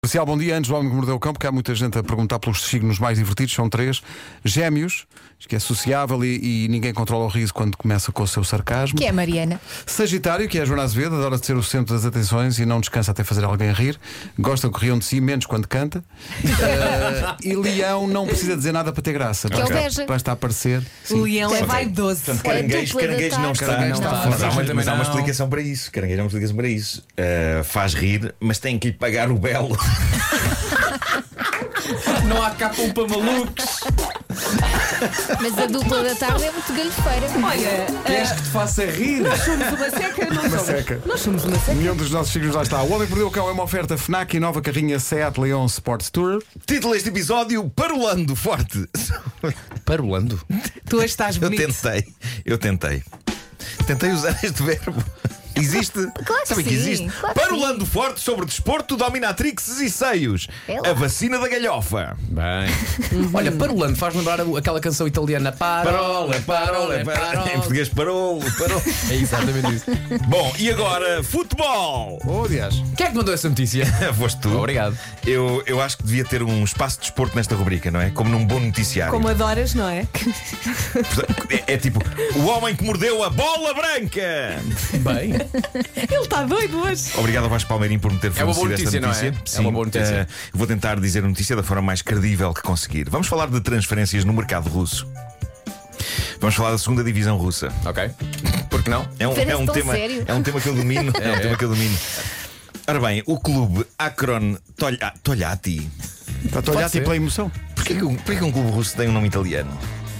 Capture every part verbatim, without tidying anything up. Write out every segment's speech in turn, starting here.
Comercial, bom dia. Antes do Homem que Mordeu o Cão, porque há muita gente a perguntar pelos signos mais divertidos. São três. Gêmeos, que é sociável e, e ninguém controla o riso quando começa com o seu sarcasmo. Que é a Mariana. Sagitário, que é a Joana Azevedo, adora ser o centro das atenções e não descansa até fazer alguém rir. Gosta que riam de si, menos quando canta. uh, E Leão não precisa dizer nada para ter graça. Que é o Beja. Basta aparecer. Sim. O Leão é vaidoso. Portanto, caranguejo, caranguejo não está. Caranguejo Não não está. está. Mas há uma, mas há uma Não. explicação para isso. Caranguejo há uma explicação para isso. Uh, faz rir, mas tem que lhe pagar o belo. Não há capa para malucos. Mas a dupla da tarde é muito galhofeira. Olha, Queres que te faça rir? nós somos uma seca, não Uma somos. seca. Nós somos uma seca. Nenhum dos nossos signos lá está. O Homem que Mordeu o Cão é uma oferta FNAC e nova carrinha Seat Leon Sports Tour. Título deste episódio: Parolando Forte. Parolando? Tu hoje estás Eu bonito. tentei, eu tentei. Tentei usar este verbo. Existe? Claro que Sabem que sim, existe? claro que Parolando forte sobre desporto, dominatrixes e seios. É lá. A vacina da galhofa. Bem. Olha, Parolando faz lembrar aquela canção italiana. Parola, parola, parola. Em português, parou, parou. É exatamente isso. Bom, e agora, futebol. Oh, aliás. Quem é que mandou essa notícia? Foste tu. Obrigado. Eu, eu acho que devia ter um espaço de desporto nesta rubrica, não é? Como num bom noticiário. Como adoras, não é? É, é tipo, o homem que mordeu a bola branca. Bem. Ele está doido hoje. Obrigado ao Vasco Palmeirinho por me ter É uma fornecido boa esta notícia, notícia. não é? É Sim, uma boa notícia. eh, vou tentar dizer a notícia da forma mais credível que conseguir. Vamos falar de transferências no mercado russo. Vamos falar da segunda divisão russa. Ok. Por que não? É um, Parece é um tão tema, sério. é um tema que eu domino. É, um tema que eu domino. Ora bem, o clube Akron Tolha- Togliatti. Está a olhar ser. pela emoção. Porquê que, um- porquê que um clube russo tem um nome italiano?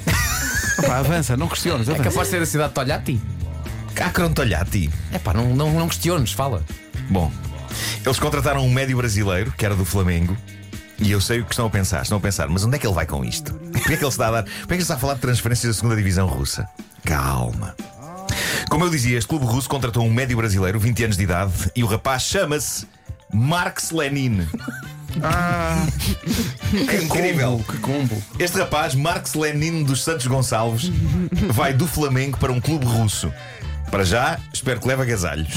Opa, avança, não questiones. É Avança. capaz de ser a cidade de Togliatti? Akron Togliatti. É pá, não, não, não questiones, fala. Bom, eles contrataram um médio brasileiro, que era do Flamengo. E eu sei o que estão a pensar. Estão a pensar, mas onde é que ele vai com isto? Porquê é que ele está a dar? Porquê é que ele está a falar de transferências da segunda divisão russa? Calma. Como eu dizia, este clube russo contratou um médio brasileiro, vinte anos de idade, e o rapaz chama-se Marx Lenin. Ah, É incrível. combo, que combo. Este rapaz, Marx Lenin dos Santos Gonçalves, vai do Flamengo para um clube russo. Para já, espero que leve agasalhos.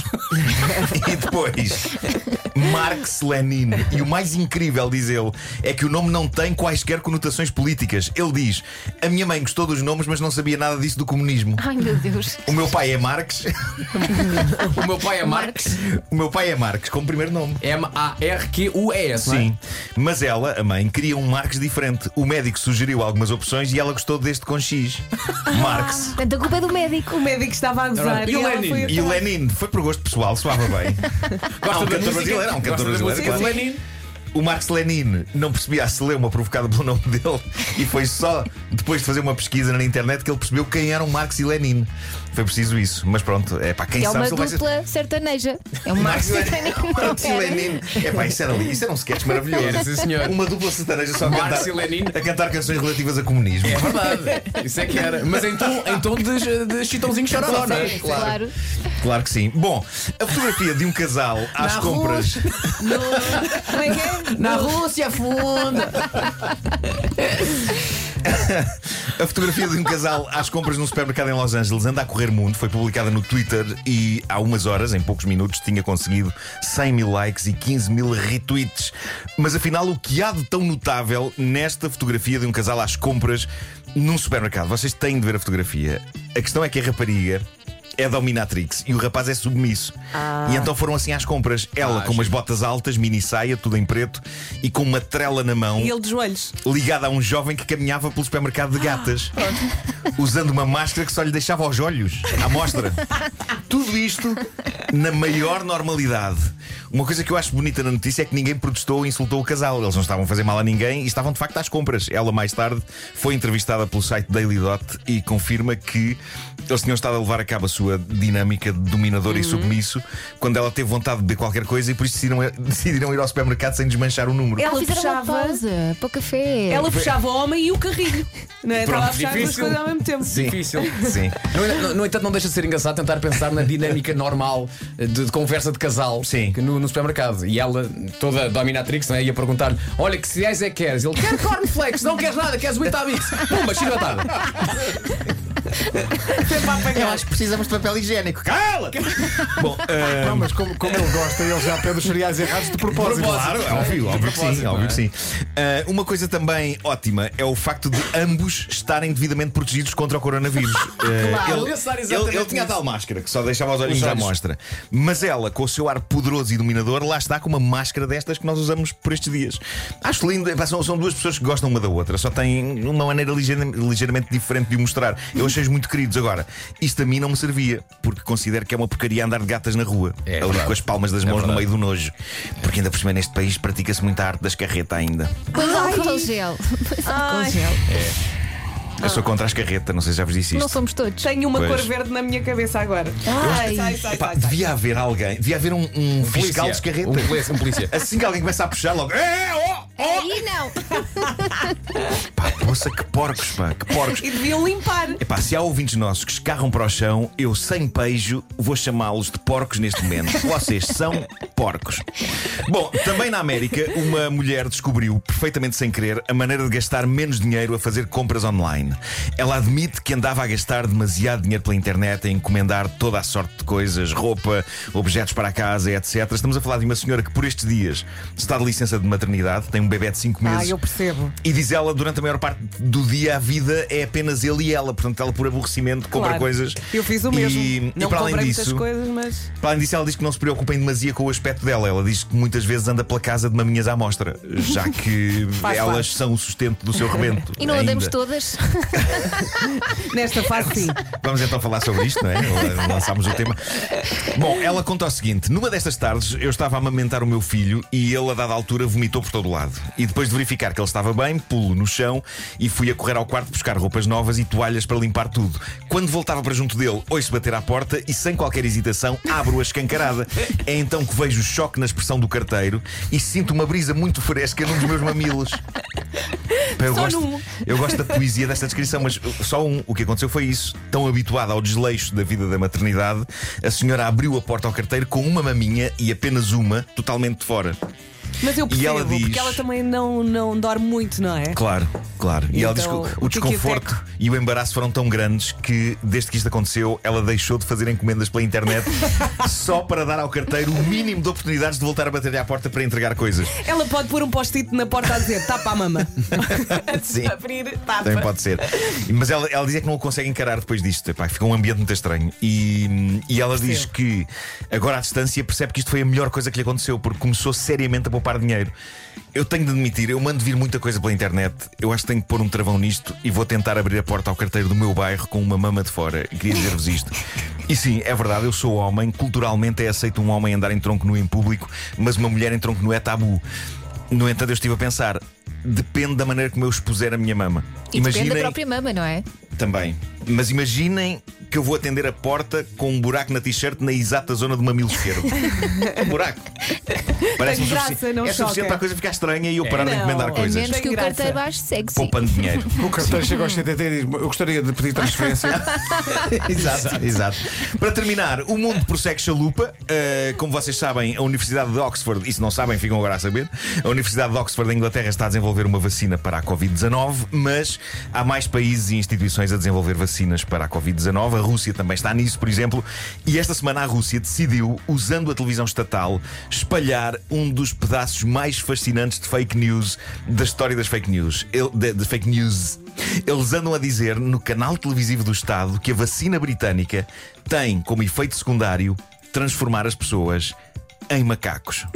E depois, Marx Lenin. E o mais incrível, diz ele, é que o nome não tem quaisquer conotações políticas. Ele diz: a minha mãe gostou dos nomes, mas não sabia nada disso do comunismo. Ai meu Deus. O meu pai é Marx. O meu pai é Marx. O meu pai é Marx, como primeiro nome. M A R Q U E S. não é? Sim, mas ela, a mãe, queria um Marx diferente. O médico sugeriu algumas opções e ela gostou deste com X. Marx. Portanto, a culpa é do médico. O médico estava a gozar. E o ela Lenin? foi E o atrás. Lenin foi por gosto pessoal, soava bem. Há um cantor brasileiro, há um cantor Gosta da brasileiro. música de claro. Lenin. O Marx Lenin não percebia a celeuma provocada pelo nome dele e foi só depois de fazer uma pesquisa na internet que ele percebeu quem eram Marx e Lenin. Foi preciso isso, mas pronto, é pá, quem É sabe uma se ele vai ser. dupla sertaneja. É um Marx Marx Lenin. Marx e Lenin. É pá, isso era ali, isso era um sketch maravilhoso. Era, sim, senhor. Uma dupla sertaneja só a Marx cantar, e Lenin. a cantar canções relativas a comunismo. É verdade. Isso é que era. Mas em tom, em tom de, de chitãozinho chororó, não é? Sim, claro. Claro que sim. Bom, a fotografia de um casal às Na compras. Como é que é? Na Rússia funda. A fotografia de um casal às compras num supermercado em Los Angeles anda a correr mundo. Foi publicada no Twitter e há umas horas, em poucos minutos, tinha conseguido cem mil likes e quinze mil retweets. Mas afinal, o que há de tão notável nesta fotografia de um casal às compras num supermercado? Vocês têm de ver a fotografia. A questão é que a rapariga é dominatrix e o rapaz é submisso. E então foram assim às compras. Ela Ah, com umas botas altas, mini saia, tudo em preto, e com uma trela na mão, E ele de joelhos. ligada a um jovem que caminhava pelo supermercado de gatas, usando uma máscara que só lhe deixava os olhos à mostra. Tudo isto na maior normalidade. Uma coisa que eu acho bonita na notícia é que ninguém protestou ou insultou o casal. Eles não estavam a fazer mal a ninguém e estavam de facto às compras. Ela mais tarde foi entrevistada pelo site Daily Dot e confirma que eles tinham estado a levar a cabo a sua dinâmica de dominador e submisso quando ela teve vontade de beber qualquer coisa e por isso decidiram, decidiram ir ao supermercado sem desmanchar o número. Ela Fizeram uma puxava. pausa para o café. Ela puxava o homem e o carrinho. Não é? Estava a Pronto, puxar as duas difícil. coisas ao mesmo tempo. Sim. Difícil. Sim. No, no, no entanto, não deixa de ser engraçado tentar pensar na dinâmica normal de, de conversa de casal. Sim. que No, no supermercado. E ela, toda dominatrix, não é? Ia perguntar-lhe: olha, que cereais é que queres? Ele quer cornflakes, não queres nada, queres o Itabix. Pumba, chibatada. Sempre a Eu apanhar. acho que precisamos de papel higiênico. Cala-te! Bom, ah, Não, mas como, como ele gosta, ele já pede os cereais errados de propósito. Claro, é óbvio, óbvio que sim, óbvio que sim. Ah, uma coisa também ótima é o facto de ambos estarem devidamente protegidos contra o coronavírus. Ah, Claro. ele, Eu ia falar ele, exatamente ele tinha a isso. tal máscara que só deixava os olhinhos Os à olhos. mostra. Mas ela, com o seu ar poderoso e dominador, lá está com uma máscara destas que nós usamos por estes dias. Acho lindo. Epá, São, são duas pessoas que gostam uma da outra, só têm uma maneira ligeira- ligeiramente diferente de o mostrar. Eu achei-os muito queridos. Agora, isto a mim não me servia, porque considero que é uma porcaria andar de gatas na rua, É ali verdade. com as palmas das É mãos no verdade. meio do nojo. Porque ainda por cima neste país pratica-se muita arte das carretas ainda. Põe álcool gel. Põe álcool Ai. gel. Eu sou contra as carretas, não sei se já vos disse Não isto. somos todos. Tenho uma Pois. cor verde na minha cabeça agora. Ai. Sai, sai, Epá, sai, sai. devia haver alguém, devia haver um, um fiscal de carretas. Um polícia, um polícia. Assim que alguém começa a puxar logo. É, oh, oh. Aí não. Pá, poça, que porcos, pá, que porcos. E deviam limpar. Epá, se há ouvintes nossos que escarram para o chão, eu, sem pejo, vou chamá-los de porcos neste momento. Vocês são porcos. Bom, também na América, uma mulher descobriu, perfeitamente sem querer, a maneira de gastar menos dinheiro a fazer compras online. Ela admite que andava a gastar demasiado dinheiro pela internet a encomendar toda a sorte de coisas, roupa, objetos para a casa, etcétera. Estamos a falar de uma senhora que, por estes dias, está de licença de maternidade, tem um bebé de cinco meses. Ah, eu percebo. E diz ela, durante a maior parte do dia, a vida é apenas ele e ela. Portanto, ela, por aborrecimento, compra Claro. coisas. Eu fiz o E- mesmo. E, Não para além comprei disso, muitas coisas, mas. para além disso, ela diz que não se preocupa em demasia com o aspecto dela. Ela diz que muitas vezes anda pela casa de maminhas à mostra, já que Faz elas parte. são o sustento do seu rebento. E não ainda. andamos todas. Nesta fase, sim. Vamos então falar sobre isto, não é? Lançámos o tema. Bom, ela conta o seguinte: numa destas tardes eu estava a amamentar o meu filho e ele, a dada altura, vomitou por todo o lado. E depois de verificar que ele estava bem, pulo no chão e fui a correr ao quarto buscar roupas novas e toalhas para limpar tudo. Quando voltava para junto dele, ouço bater à porta e, sem qualquer hesitação, abro-a escancarada. É então que vejo o choque na expressão do carteiro e sinto uma brisa muito fresca num dos meus mamilos. Pá, Eu Só gosto, num. eu gosto da poesia desta descrição, mas só um. O que aconteceu foi isso. Tão habituada ao desleixo da vida da maternidade, a senhora abriu a porta ao carteiro com uma maminha e apenas uma, totalmente de fora. Mas eu E percebo, ela diz- porque ela também não, não dorme muito, não é? Claro, claro. E ela diz que Então, o, o o que é que desconforto é e o embaraço foram tão grandes que, desde que isto aconteceu, ela deixou de fazer encomendas pela internet só para dar ao carteiro o mínimo de oportunidades de voltar a bater-lhe à porta para entregar coisas. Ela pode pôr um post-it na porta a dizer tapa a mama. Sim. Abrir, tapa. Também pode ser. Mas ela, ela dizia que não o consegue encarar depois disto. Epá, fica um ambiente muito estranho. E, e ela diz que agora à distância percebe que isto foi a melhor coisa que lhe aconteceu, porque começou seriamente a poupar dinheiro. Eu tenho de admitir, eu mando vir muita coisa pela internet. Eu acho que tenho que pôr um travão nisto e vou tentar abrir a porta ao carteiro do meu bairro com uma mama de fora. E queria dizer-vos isto. E sim, é verdade, eu sou homem. Culturalmente é aceito um homem andar em tronco nu em público, mas uma mulher em tronco nu é tabu. No entanto, eu estive a pensar, depende da maneira como eu expuser a minha mama. E depende da própria mama, não é? Também. Mas imaginem que eu vou atender a porta com um buraco na t-shirt na exata zona do mamilo esquerdo. Um buraco. Parece-me Tem graça, sufici- não é suficiente choca. para a coisa ficar estranha e eu parar de Não. encomendar A A coisas. menos Tem que o graça. carteiro ache sexy. Poupando dinheiro. O carteiro chega aos C T T e diz: eu gostaria de pedir transferência. Exato, exato. Para terminar, o mundo prossegue chalupa. Uh, como vocês sabem, a Universidade de Oxford, e se não sabem, ficam agora a saber, a Universidade de Oxford da Inglaterra está a desenvolver uma vacina para a covid dezanove, mas há mais países e instituições a desenvolver vacinas para a covid dezanove. A Rússia também está nisso, por exemplo. E esta semana a Rússia decidiu, usando a televisão estatal, espalhar um dos pedaços mais fascinantes de fake news da história das fake news. El- de, de fake news. Eles andam a dizer no canal televisivo do Estado que a vacina britânica tem como efeito secundário transformar as pessoas em macacos.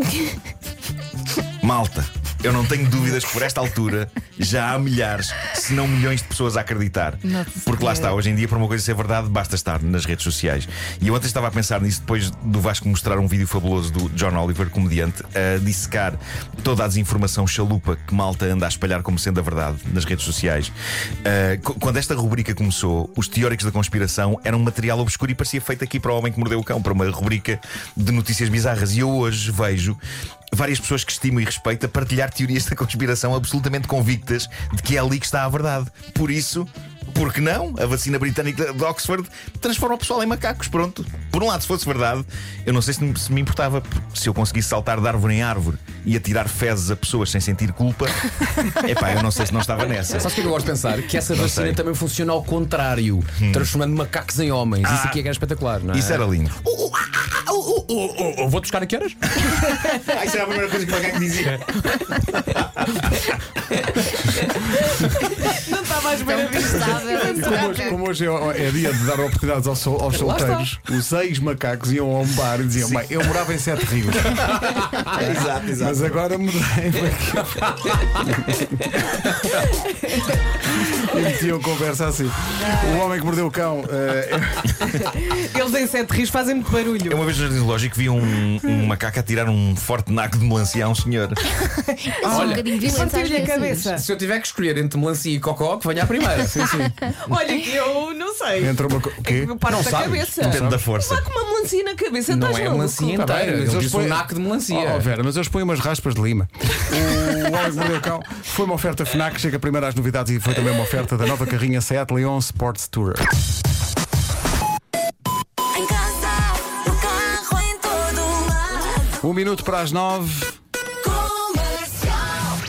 Malta, eu não tenho dúvidas que por esta altura já há milhares, se não milhões de pessoas a acreditar. Nossa Porque lá Senhora. está, hoje em dia, para uma coisa ser verdade, basta estar nas redes sociais. E eu ontem estava a pensar nisso depois do Vasco mostrar um vídeo fabuloso do John Oliver, comediante, a dissecar toda a desinformação chalupa que malta anda a espalhar como sendo a verdade nas redes sociais. Uh, qu- quando esta rubrica começou, os teóricos da conspiração eram um material obscuro e parecia feito aqui para o Homem que Mordeu o Cão, para uma rubrica de notícias bizarras. E eu hoje vejo várias pessoas que estimo e respeito a partilhar teorias da conspiração absolutamente convictas de que é ali que está a verdade. Por isso, por que não? A vacina britânica de Oxford transforma o pessoal em macacos, pronto. Por um lado, se fosse verdade, eu não sei se me, se me importava. Se eu conseguisse saltar de árvore em árvore e atirar fezes a pessoas sem sentir culpa, epá, eu não sei se não estava nessa. Sabes o que eu gosto de pensar? Que essa Não vacina sei. também funciona ao contrário, transformando macacos em homens. Isso Ah, aqui é que era espetacular, não é? Isso era lindo. Oh, oh, oh, oh, oh, oh, oh, vou buscar a que horas? Ah, isso era a primeira coisa que o macaco dizia. Não estava à espera disto. E como hoje, como hoje é, é dia de dar oportunidades aos, sol- aos Lá solteiros, os ex-macacos iam a um bar e diziam: bem, eu morava em Sete Rios, Exato, exato. mas agora mudei. E metiam conversa assim. O homem que mordeu o cão. eh, Eles em Sete Rios fazem muito barulho. Eu uma vez no Jardim Zoológico vi um, um macaco a tirar um forte naco de melancia a um senhor. Eu sou um bocadinho violenta às Partiu-lhe a vezes. cabeça. Se eu tiver que escolher entre melancia e cocó, que venha à primeira. Sim, sim. Olha que eu não sei. entra uma. co- O quê? Parte da sabes? cabeça. Tendo da força. Lá com uma melancia na cabeça, Não estás é maluco? melancia Tá bem, inteira. mas Ele eles disse um põem- naco de melancia. Oh, Vera, mas eles põem umas raspas de lima. O Homem que Mordeu o Cão foi uma oferta FNAC, chega primeiro às novidades e foi também uma oferta da nova carrinha Seat Leon Sports Tourer. Em casa, no carro, em todo lado. Um minuto para as nove.